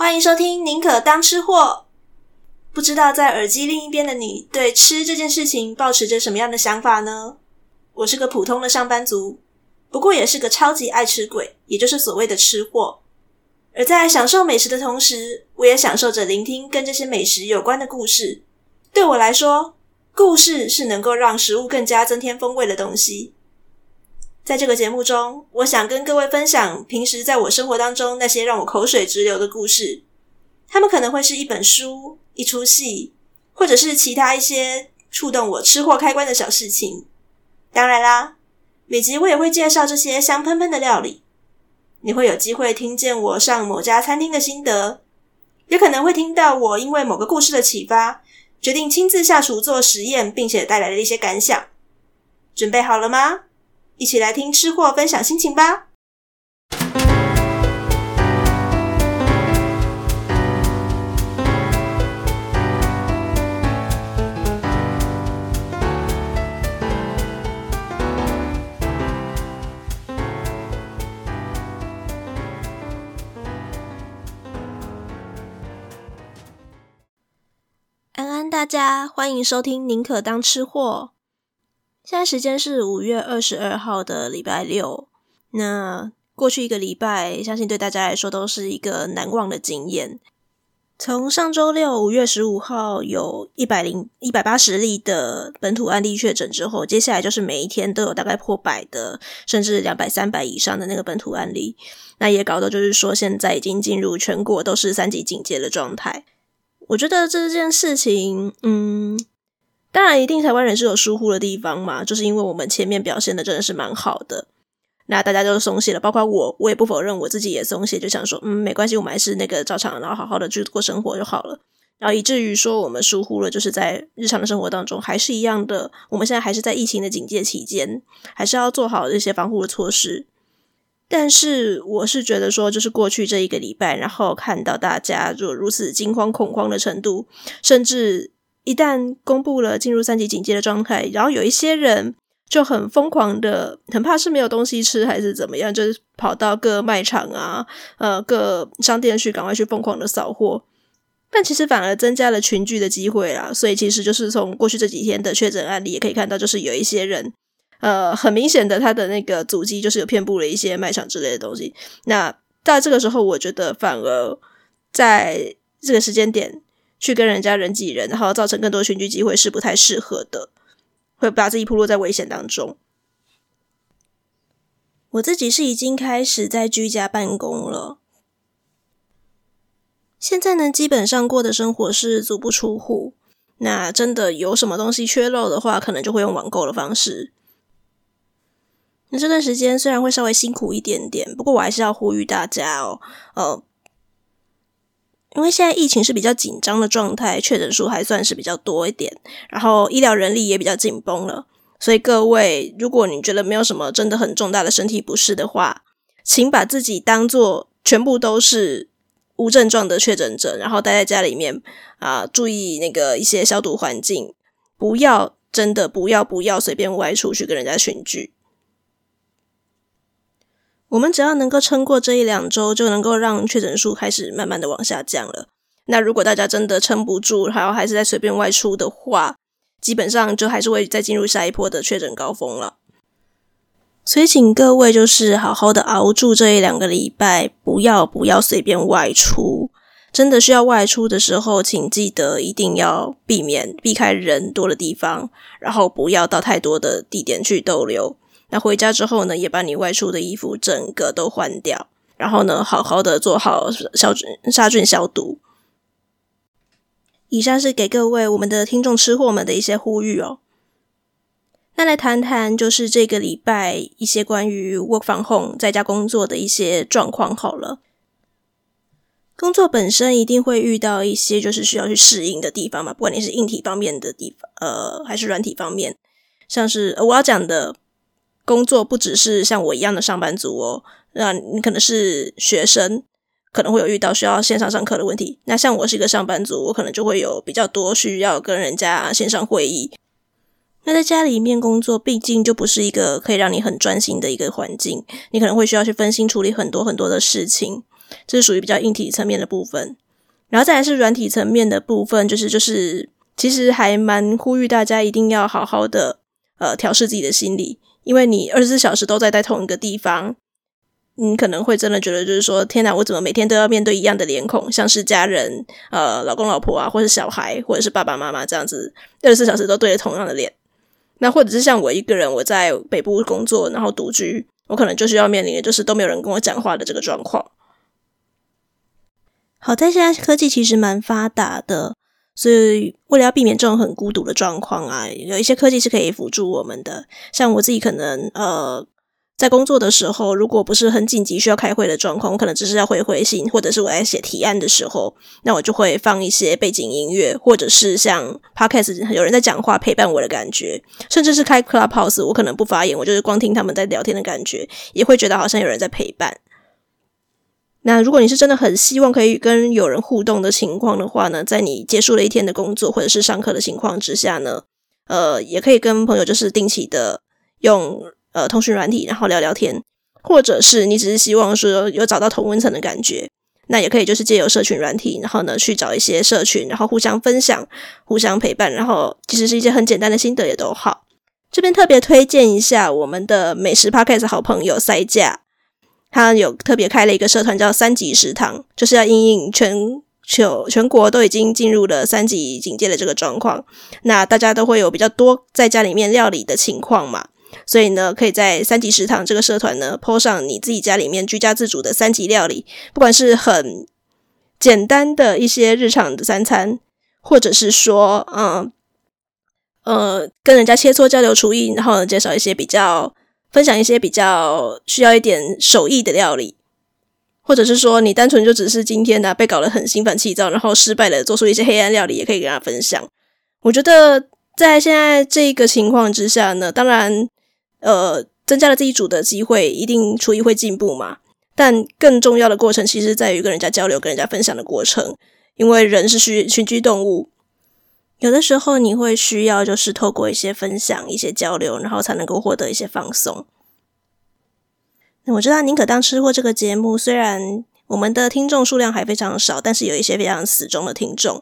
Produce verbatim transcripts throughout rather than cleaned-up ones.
欢迎收听宁可当吃货。不知道在耳机另一边的你对吃这件事情抱持着什么样的想法呢？我是个普通的上班族，不过也是个超级爱吃鬼，也就是所谓的吃货。而在享受美食的同时，我也享受着聆听跟这些美食有关的故事。对我来说，故事是能够让食物更加增添风味的东西。在这个节目中，我想跟各位分享平时在我生活当中那些让我口水直流的故事。它们可能会是一本书、一出戏，或者是其他一些触动我吃货开关的小事情。当然啦，每集我也会介绍这些香喷喷的料理。你会有机会听见我上某家餐厅的心得，也可能会听到我因为某个故事的启发，决定亲自下厨做实验，并且带来的一些感想。准备好了吗？一起来听吃货分享心情吧。安安大家，欢迎收听宁可当吃货。现在时间是五月二十二号的礼拜六。那过去一个礼拜，相信对大家来说都是一个难忘的经验。从上周六五月十五号有一百零一百八十例的本土案例确诊之后，接下来就是每一天都有大概破百的，甚至两百、三百以上的那个本土案例。那也搞得就是说，现在已经进入全国都是三级警戒的状态。我觉得这件事情，嗯，当然一定台湾人是有疏忽的地方嘛，就是因为我们前面表现的真的是蛮好的，那大家就松懈了，包括我，我也不否认我自己也松懈，就想说，嗯，没关系，我们还是那个照常，然后好好的去过生活就好了。然后以至于说我们疏忽了，就是在日常的生活当中还是一样的，我们现在还是在疫情的警戒期间，还是要做好这些防护的措施。但是我是觉得说，就是过去这一个礼拜，然后看到大家就如此惊慌恐慌的程度，甚至一旦公布了进入三级警戒的状态，然后有一些人就很疯狂的，很怕是没有东西吃还是怎么样，就是跑到各卖场啊，呃，各商店去赶快去疯狂的扫货。但其实反而增加了群聚的机会啦，所以其实就是从过去这几天的确诊案例也可以看到，就是有一些人呃，很明显的他的那个足迹就是有遍布了一些卖场之类的东西。那在这个时候，我觉得反而在这个时间点去跟人家人挤人，然后造成更多群聚机会是不太适合的，会把自己暴露在危险当中。我自己是已经开始在居家办公了，现在呢基本上过的生活是足不出户，那真的有什么东西缺漏的话，可能就会用网购的方式。那这段时间虽然会稍微辛苦一点点，不过我还是要呼吁大家哦，呃，因为现在疫情是比较紧张的状态，确诊数还算是比较多一点，然后医疗人力也比较紧绷了，所以各位，如果你觉得没有什么真的很重大的身体不适的话，请把自己当作全部都是无症状的确诊者，然后待在家里面啊、呃，注意那个一些消毒环境，不要真的不要不要随便外出去跟人家群聚。我们只要能够撑过这一两周，就能够让确诊数开始慢慢的往下降了。那如果大家真的撑不住，然后还是在随便外出的话，基本上就还是会再进入下一波的确诊高峰了。所以请各位就是好好的熬住这一两个礼拜，不要不要随便外出。真的需要外出的时候，请记得一定要避免避开人多的地方，然后不要到太多的地点去逗留。那回家之后呢，也把你外出的衣服整个都换掉，然后呢，好好的做好消杀菌消毒。以上是给各位我们的听众吃货们的一些呼吁哦。那来谈谈就是这个礼拜一些关于 work from home 在家工作的一些状况好了。工作本身一定会遇到一些就是需要去适应的地方嘛，不管你是硬体方面的地方，呃，还是软体方面，像是、呃、我要讲的。工作不只是像我一样的上班族哦，那你可能是学生，可能会有遇到需要线上上课的问题。那像我是一个上班族，我可能就会有比较多需要跟人家线上会议。那在家里面工作，毕竟就不是一个可以让你很专心的一个环境，你可能会需要去分心处理很多很多的事情。 这是属于比较硬体层面的部分。然后再来是软体层面的部分，就是就是其实还蛮呼吁大家一定要好好的呃调试自己的心理，因为你二十四小时都在在同一个地方，你可能会真的觉得就是说天哪，我怎么每天都要面对一样的脸孔，像是家人呃老公老婆啊，或是小孩，或者是爸爸妈妈这样子二十四小时都对着同样的脸。那或者是像我一个人，我在北部工作然后独居，我可能就需要面临的就是都没有人跟我讲话的这个状况。好在现在科技其实蛮发达的，所以为了要避免这种很孤独的状况啊，有一些科技是可以辅助我们的。像我自己可能呃在工作的时候，如果不是很紧急需要开会的状况，我可能只是要回回信，或者是我在写提案的时候，那我就会放一些背景音乐，或者是像 podcast 有人在讲话陪伴我的感觉，甚至是开 Clubhouse 我可能不发言，我就是光听他们在聊天的感觉，也会觉得好像有人在陪伴。那如果你是真的很希望可以跟有人互动的情况的话呢，在你结束了一天的工作或者是上课的情况之下呢，呃，也可以跟朋友就是定期的用呃通讯软体然后聊聊天，或者是你只是希望说有找到同温层的感觉，那也可以就是借由社群软体，然后呢去找一些社群，然后互相分享互相陪伴，然后即使是一些很简单的心得也都好。这边特别推荐一下我们的美食 Podcast 好朋友塞架，他有特别开了一个社团叫三级食堂，就是要因应全球全国都已经进入了三级警戒的这个状况，那大家都会有比较多在家里面料理的情况嘛，所以呢可以在三级食堂这个社团呢 po 上你自己家里面居家自主的三级料理，不管是很简单的一些日常的三餐，或者是说嗯呃跟人家切磋交流厨艺，然后介绍一些比较分享一些比较需要一点手艺的料理，或者是说你单纯就只是今天呢、啊、被搞得很心烦气躁，然后失败了做出一些黑暗料理，也可以跟他分享。我觉得在现在这个情况之下呢，当然呃增加了自己煮的机会，一定厨艺会进步嘛，但更重要的过程其实在于跟人家交流跟人家分享的过程，因为人是需群居动物，有的时候你会需要就是透过一些分享一些交流，然后才能够获得一些放松。那我知道宁可当吃货这个节目虽然我们的听众数量还非常少，但是有一些非常死忠的听众，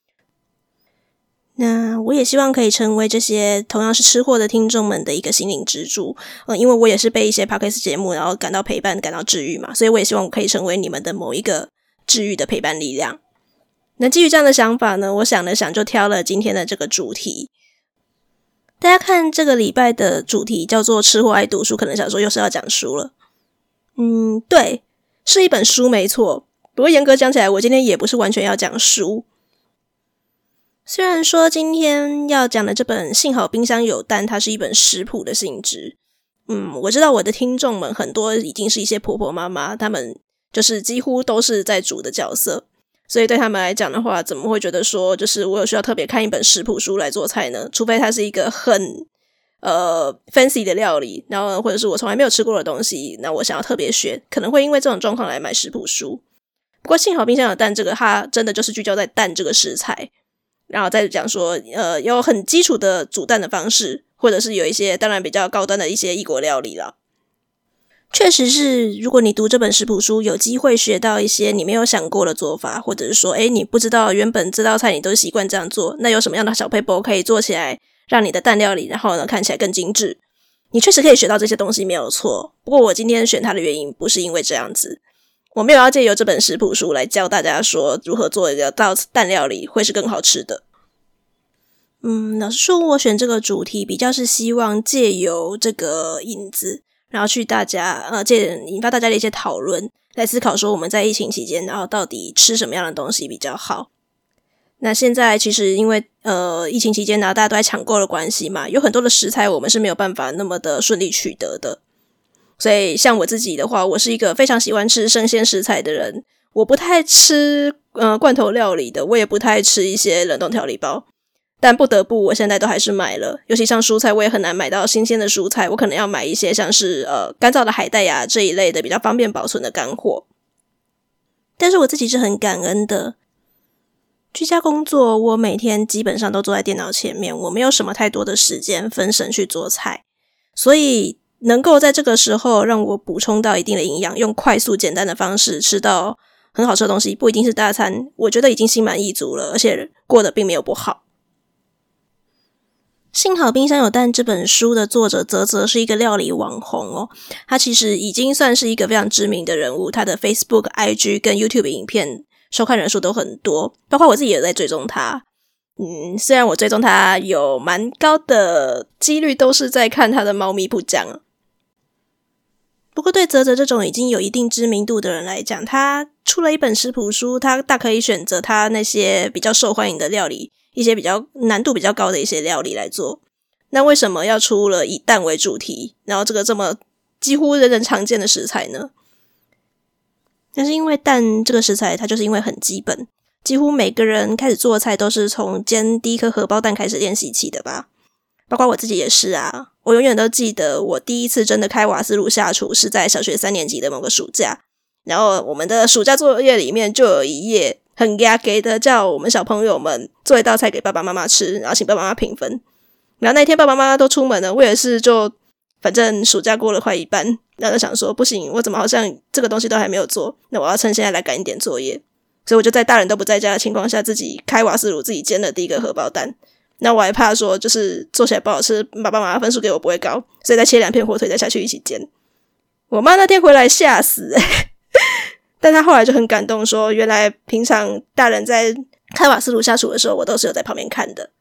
那我也希望可以成为这些同样是吃货的听众们的一个心灵支柱，呃，因为我也是被一些 podcast 节目然后感到陪伴感到治愈嘛，所以我也希望我可以成为你们的某一个治愈的陪伴力量。那基于这样的想法呢，我想了想就挑了今天的这个主题。大家看这个礼拜的主题叫做吃货爱读书，可能想说又是要讲书了。嗯，对，是一本书没错，不过严格讲起来我今天也不是完全要讲书。虽然说今天要讲的这本幸好冰箱有蛋它是一本食谱的性质，嗯，我知道我的听众们很多已经是一些婆婆妈妈，他们就是几乎都是在煮的角色，所以对他们来讲的话，怎么会觉得说就是我有需要特别看一本食谱书来做菜呢？除非它是一个很呃 fancy 的料理，然后或者是我从来没有吃过的东西，那我想要特别学，可能会因为这种状况来买食谱书。不过幸好冰箱有蛋这个它真的就是聚焦在蛋这个食材，然后再讲说呃有很基础的煮蛋的方式，或者是有一些当然比较高端的一些异国料理啦。确实是如果你读这本食谱书有机会学到一些你没有想过的做法，或者是说诶你不知道原本这道菜你都习惯这样做，那有什么样的小撇步可以做起来让你的蛋料理然后呢看起来更精致，你确实可以学到这些东西没有错。不过我今天选它的原因不是因为这样子，我没有要借由这本食谱书来教大家说如何做一个道蛋料理会是更好吃的。嗯，老实说我选这个主题比较是希望借由这个引子，然后去大家呃借引发大家的一些讨论，来思考说我们在疫情期间然后到底吃什么样的东西比较好。那现在其实因为呃疫情期间呢，大家都在抢购的关系嘛，有很多的食材我们是没有办法那么的顺利取得的。所以像我自己的话，我是一个非常喜欢吃生鲜食材的人，我不太吃呃罐头料理的，我也不太吃一些冷冻调理包。但不得不我现在都还是买了，尤其像蔬菜我也很难买到新鲜的蔬菜，我可能要买一些像是呃干燥的海带呀这一类的比较方便保存的干货。但是我自己是很感恩的，居家工作我每天基本上都坐在电脑前面，我没有什么太多的时间分神去做菜，所以能够在这个时候让我补充到一定的营养，用快速简单的方式吃到很好吃的东西，不一定是大餐，我觉得已经心满意足了，而且过得并没有不好。幸好冰箱有蛋这本书的作者泽泽是一个料理网红哦，他其实已经算是一个非常知名的人物，他的 Facebook、I G 跟 YouTube 影片收看人数都很多，包括我自己也在追踪他。嗯，虽然我追踪他有蛮高的几率都是在看他的猫咪不讲，不过对泽泽这种已经有一定知名度的人来讲，他出了一本食谱书，他大可以选择他那些比较受欢迎的料理，一些比较难度比较高的一些料理来做。那为什么要出了以蛋为主题，然后这个这么几乎人人常见的食材呢？那是因为蛋这个食材它就是因为很基本，几乎每个人开始做菜都是从煎第一颗荷包蛋开始练习起的吧，包括我自己也是啊。我永远都记得我第一次真的开瓦斯炉下厨是在小学三年级的某个暑假，然后我们的暑假作业里面就有一页很压给的叫我们小朋友们做一道菜给爸爸妈妈吃，然后请爸爸妈妈评分。然后那天爸爸妈妈都出门了，我也是就反正暑假过了快一半，然后就想说不行，我怎么好像这个东西都还没有做，那我要趁现在来赶一点作业。所以我就在大人都不在家的情况下自己开瓦斯炉自己煎了第一个荷包蛋。那我还怕说就是做起来不好吃，爸爸妈妈分数给我不会高，所以再切两片火腿再下去一起煎。我妈那天回来吓死欸但她后来就很感动说原来平常大人在开瓦斯炉下厨的时候我都是有在旁边看的。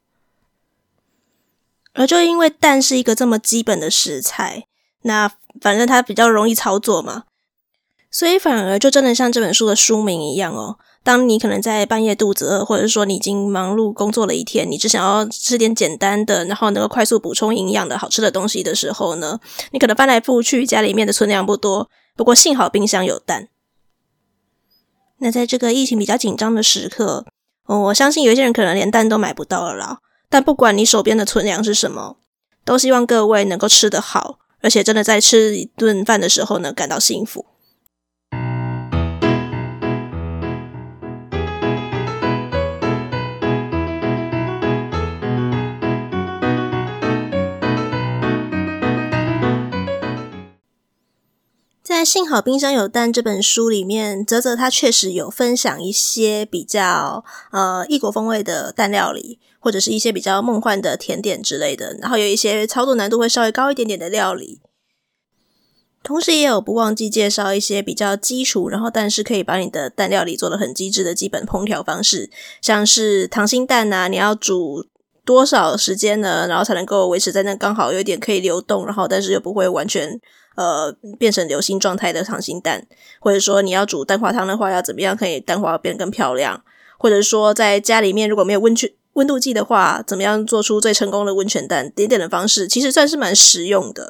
而就因为蛋是一个这么基本的食材，那反正它比较容易操作嘛，所以反而就真的像这本书的书名一样哦，当你可能在半夜肚子饿，或者是说你已经忙碌工作了一天，你只想要吃点简单的然后能够快速补充营养的好吃的东西的时候呢，你可能翻来覆去家里面的存粮不多，不过幸好冰箱有蛋。那在这个疫情比较紧张的时刻、哦、我相信有一些人可能连蛋都买不到了啦，但不管你手边的存粮是什么，都希望各位能够吃得好，而且真的在吃一顿饭的时候呢感到幸福。在幸好冰箱有蛋这本书里面，泽泽他确实有分享一些比较呃异国风味的蛋料理，或者是一些比较梦幻的甜点之类的，然后有一些操作难度会稍微高一点点的料理，同时也有不忘记介绍一些比较基础，然后但是可以把你的蛋料理做得很机智的基本烹调方式，像是溏心蛋啊，你要煮多少时间呢，然后才能够维持在那刚好有一点可以流动，然后但是又不会完全呃变成流心状态的溏心蛋，或者说你要煮蛋花汤的话要怎么样可以蛋花变得更漂亮，或者说在家里面如果没有温泉温度计的话怎么样做出最成功的温泉蛋，点点的方式其实算是蛮实用的。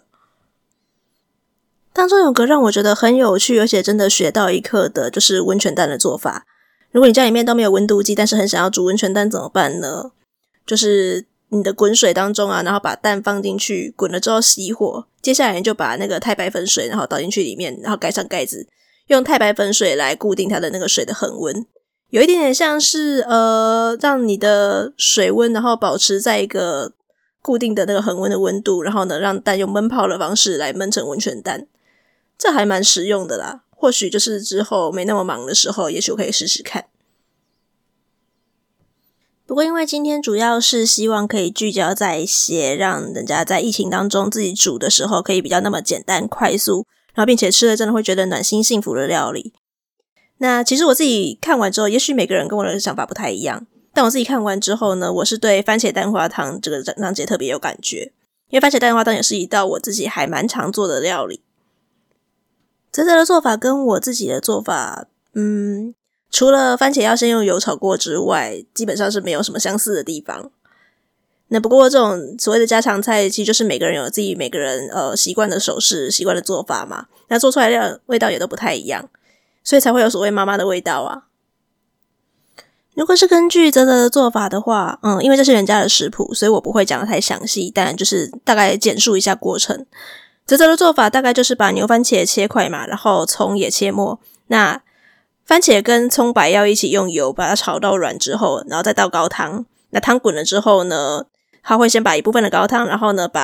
当中有个让我觉得很有趣而且真的学到一课的就是温泉蛋的做法。如果你家里面都没有温度计，但是很想要煮温泉蛋怎么办呢？就是你的滚水当中啊，然后把蛋放进去，滚了之后熄火，接下来你就把那个太白粉水然后倒进去里面，然后盖上盖子，用太白粉水来固定它的那个水的恒温，有一点点像是呃让你的水温然后保持在一个固定的那个恒温的温度，然后呢让蛋用焖泡的方式来焖成温泉蛋，这还蛮实用的啦，或许就是之后没那么忙的时候也许我可以试试看。不过因为今天主要是希望可以聚焦在一些让人家在疫情当中自己煮的时候可以比较那么简单快速，然后并且吃了真的会觉得暖心幸福的料理。那其实我自己看完之后，也许每个人跟我的想法不太一样，但我自己看完之后呢，我是对番茄蛋花汤这个章节特别有感觉，因为番茄蛋花汤也是一道我自己还蛮常做的料理。泽泽的做法跟我自己的做法嗯除了番茄要先用油炒过之外，基本上是没有什么相似的地方。那不过这种所谓的家常菜其实就是每个人有自己每个人呃习惯的手势习惯的做法嘛，那做出来的味道也都不太一样，所以才会有所谓妈妈的味道啊。如果是根据泽泽的做法的话，嗯，因为这是人家的食谱，所以我不会讲得太详细，但就是大概简述一下过程。泽泽的做法大概就是把牛番茄切块嘛，然后葱也切末，那番茄跟葱白要一起用油把它炒到软之后，然后再倒高汤，那汤滚了之后呢，他会先把一部分的高汤，然后呢把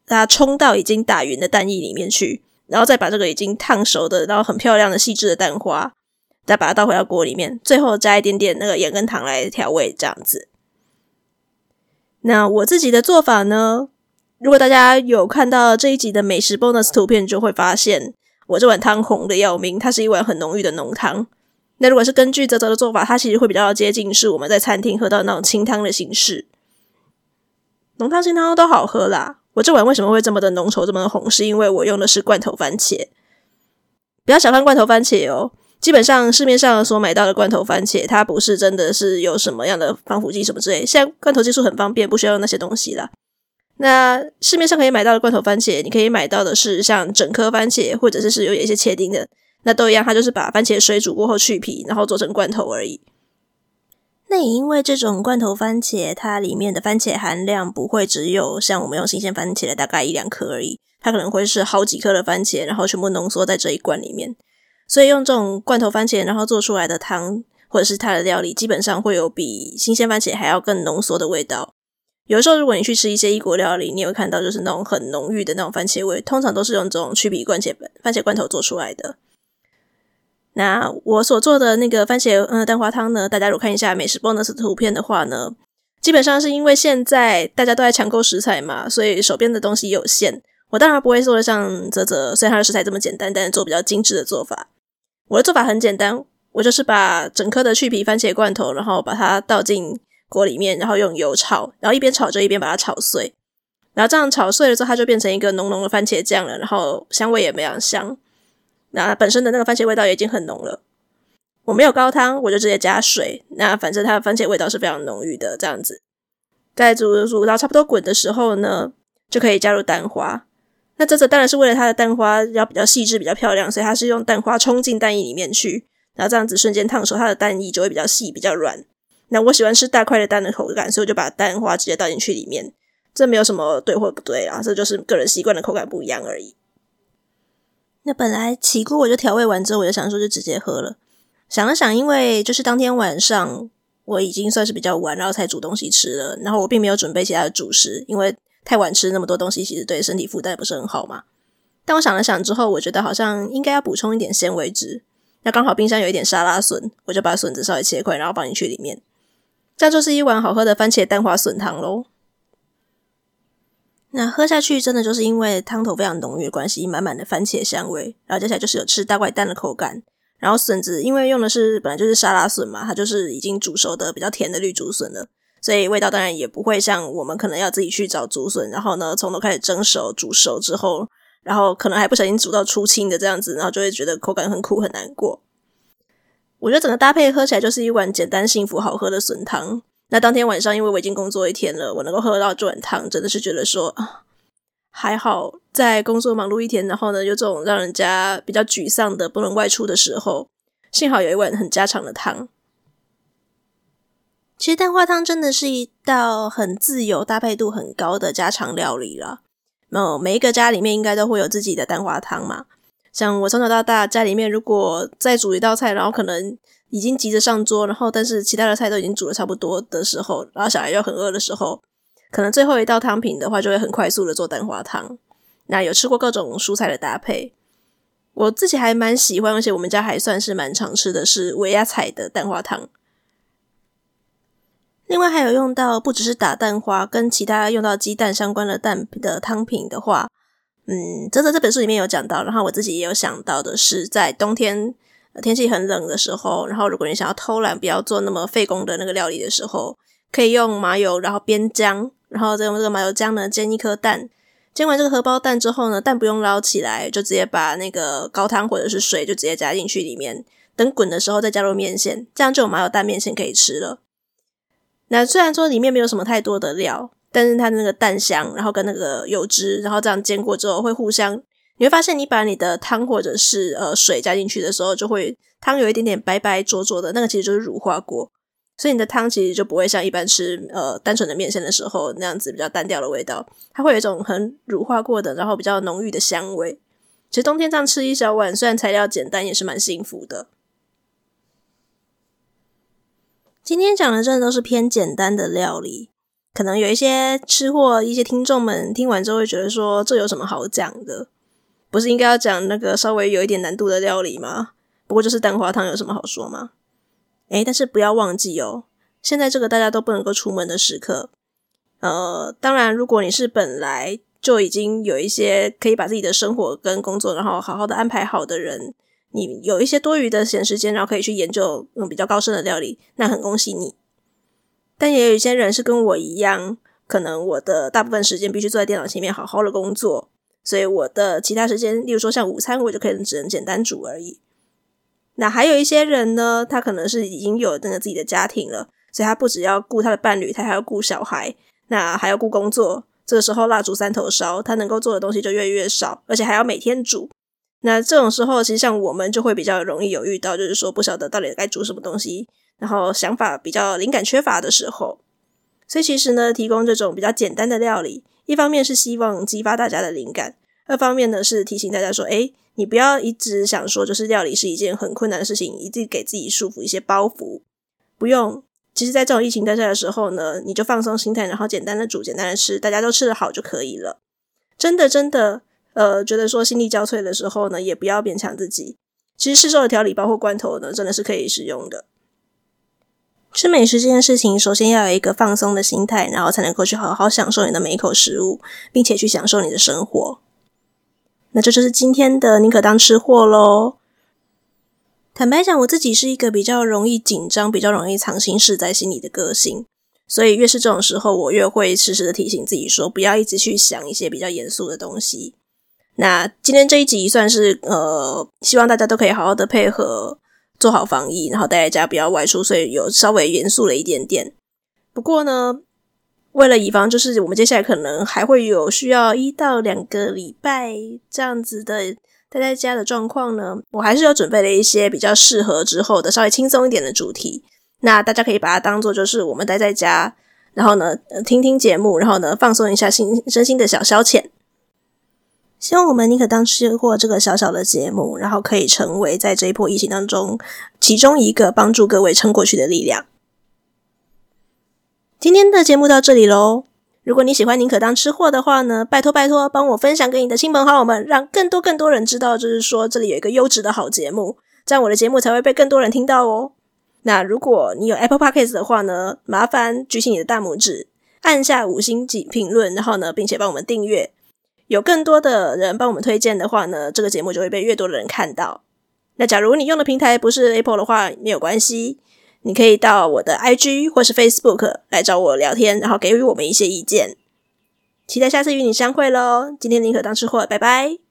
它冲到已经打匀的蛋液里面去，然后再把这个已经烫熟的然后很漂亮的细致的蛋花再把它倒回到锅里面，最后加一点点那个盐跟糖来调味这样子。那我自己的做法呢，如果大家有看到这一集的美食 bonus 图片，就会发现我这碗汤红的要命，它是一碗很浓郁的浓汤。那如果是根据泽泽的做法，它其实会比较接近是我们在餐厅喝到那种清汤的形式。浓汤清汤都好喝啦，我这碗为什么会这么的浓稠这么的红，是因为我用的是罐头番茄。不要小看罐头番茄哦，基本上市面上所买到的罐头番茄，它不是真的是有什么样的防腐剂什么之类，现在罐头技术很方便，不需要用那些东西啦。那市面上可以买到的罐头番茄，你可以买到的是像整颗番茄，或者是是有一些切丁的，那都一样，它就是把番茄水煮过后去皮，然后做成罐头而已。那也因为这种罐头番茄，它里面的番茄含量不会只有像我们用新鲜番茄的大概一两颗而已，它可能会是好几颗的番茄，然后全部浓缩在这一罐里面。所以用这种罐头番茄然后做出来的汤或者是它的料理，基本上会有比新鲜番茄还要更浓缩的味道。有的时候如果你去吃一些异国料理，你会看到就是那种很浓郁的那种番茄味，通常都是用这种去皮番茄番茄罐头做出来的。那我所做的那个番茄呃蛋花汤呢，大家如果看一下美食 bonus 图片的话呢，基本上是因为现在大家都在抢购食材嘛，所以手边的东西有限，我当然不会做的像泽泽虽然它的食材这么简单，但是做比较精致的做法。我的做法很简单，我就是把整颗的去皮番茄罐头然后把它倒进锅里面，然后用油炒，然后一边炒就一边把它炒碎，然后这样炒碎了之后，它就变成一个浓浓的番茄酱了，然后香味也非常香。那本身的那个番茄味道也已经很浓了。我没有高汤，我就直接加水，那反正它的番茄味道是非常浓郁的这样子。在煮煮到差不多滚的时候呢，就可以加入蛋花。那这这当然是为了它的蛋花要比较细致比较漂亮，所以它是用蛋花冲进蛋液里面去，然后这样子瞬间烫熟，它的蛋液就会比较细比较软。那我喜欢吃大块的蛋的口感，所以我就把蛋花直接倒进去里面，这没有什么对或不对啊，这就是个人习惯的口感不一样而已。那本来起锅我就调味完之后，我就想说就直接喝了。想了想，因为就是当天晚上我已经算是比较晚，然后才煮东西吃了，然后我并没有准备其他的主食，因为太晚吃那么多东西其实对身体负担也不是很好嘛。但我想了想之后，我觉得好像应该要补充一点纤维质，那刚好冰箱有一点沙拉笋，我就把笋子稍微切块然后放进去里面，这样就是一碗好喝的番茄蛋花笋汤咯。那喝下去真的就是因为汤头非常浓郁的关系，满满的番茄香味，然后接下来就是有吃大块蛋的口感，然后笋子因为用的是本来就是沙拉笋嘛，它就是已经煮熟的比较甜的绿竹笋了，所以味道当然也不会像我们可能要自己去找竹笋，然后呢从头开始蒸熟煮熟之后，然后可能还不小心煮到出青的这样子，然后就会觉得口感很苦很难过。我觉得整个搭配喝起来就是一碗简单幸福好喝的笋汤。那当天晚上因为我已经工作一天了，我能够喝到这碗汤真的是觉得说啊，还好在工作忙碌一天，然后呢有这种让人家比较沮丧的不能外出的时候，幸好有一碗很家常的汤。其实蛋花汤真的是一道很自由搭配度很高的家常料理啦。哦，每一个家里面应该都会有自己的蛋花汤嘛，像我从小到大家里面如果再煮一道菜，然后可能已经急着上桌，然后但是其他的菜都已经煮了差不多的时候，然后小孩又很饿的时候，可能最后一道汤品的话就会很快速的做蛋花汤。那有吃过各种蔬菜的搭配，我自己还蛮喜欢，而且我们家还算是蛮常吃的是尾芽菜的蛋花汤。另外还有用到不只是打蛋花，跟其他用到鸡蛋相关的蛋的汤品的话，嗯，这这本书里面有讲到，然后我自己也有想到的是，在冬天天气很冷的时候，然后如果你想要偷懒不要做那么费工的那个料理的时候，可以用麻油然后煸姜，然后再用这个麻油姜呢煎一颗蛋，煎完这个荷包蛋之后呢，蛋不用捞起来，就直接把那个高汤或者是水就直接加进去里面，等滚的时候再加入面线，这样就有麻油蛋面线可以吃了。那虽然说里面没有什么太多的料，但是它的那个蛋香，然后跟那个油脂，然后这样煎过之后会互相，你会发现你把你的汤或者是呃水加进去的时候，就会汤有一点点白白浊浊的，那个其实就是乳化过，所以你的汤其实就不会像一般吃呃单纯的面线的时候那样子比较单调的味道，它会有一种很乳化过的然后比较浓郁的香味。其实冬天这样吃一小碗，虽然材料简单也是蛮幸福的。今天讲的真的都是偏简单的料理， 可能有一些吃货一些听众们听完之后会觉得说，这有什么好讲的？不是应该要讲那个稍微有一点难度的料理吗？不过就是蛋花汤，有什么好说吗？诶，但是不要忘记哦，现在这个大家都不能够出门的时刻，呃，当然如果你是本来就已经有一些可以把自己的生活跟工作然后好好的安排好的人，你有一些多余的闲时间，然后可以去研究嗯比较高深的料理，那很恭喜你。但也有一些人是跟我一样，可能我的大部分时间必须坐在电脑前面好好的工作，所以我的其他时间，例如说像午餐，我就可以只能简单煮而已。那还有一些人呢，他可能是已经有那个自己的家庭了，所以他不只要顾他的伴侣，他还要顾小孩，那还要顾工作。这个时候蜡烛三头烧，他能够做的东西就越来越少，而且还要每天煮。那这种时候其实像我们就会比较容易有遇到，就是说不晓得到底该煮什么东西，然后想法比较灵感缺乏的时候。所以其实呢，提供这种比较简单的料理，一方面是希望激发大家的灵感，二方面呢是提醒大家说，诶，你不要一直想说就是料理是一件很困难的事情，一直给自己束缚一些包袱。不用，其实在这种疫情在家的时候呢，你就放松心态，然后简单的煮，简单的吃，大家都吃得好就可以了。真的真的呃，觉得说心力交瘁的时候呢，也不要勉强自己。其实市售的调理包或罐头呢，真的是可以使用的。吃美食这件事情，首先要有一个放松的心态，然后才能够去好好享受你的每一口食物，并且去享受你的生活。那这就是今天的宁可当吃货咯。坦白讲，我自己是一个比较容易紧张，比较容易藏心事在心里的个性，所以越是这种时候，我越会时时的提醒自己说，不要一直去想一些比较严肃的东西。那今天这一集算是呃，希望大家都可以好好的配合做好防疫，然后待在家不要外出，所以有稍微严肃了一点点。不过呢，为了以防就是我们接下来可能还会有需要一到两个礼拜这样子的待在家的状况呢，我还是有准备了一些比较适合之后的稍微轻松一点的主题。那大家可以把它当作就是我们待在家，然后呢听听节目，然后呢放松一下心身心的小消遣。希望我们宁可当吃货这个小小的节目，然后可以成为在这一波疫情当中其中一个帮助各位撑过去的力量。今天的节目到这里咯，如果你喜欢宁可当吃货的话呢，拜托拜托帮我分享给你的亲朋好友们，让更多更多人知道，就是说这里有一个优质的好节目，这样我的节目才会被更多人听到哦。那如果你有 Apple Podcast 的话呢，麻烦举起你的大拇指，按下五星级评论，然后呢并且帮我们订阅，有更多的人帮我们推荐的话呢，这个节目就会被越多的人看到。那假如你用的平台不是 Apple 的话，没有关系，你可以到我的 I G 或是 Facebook 来找我聊天，然后给予我们一些意见。期待下次与你相会咯，今天宁可当吃货，拜拜。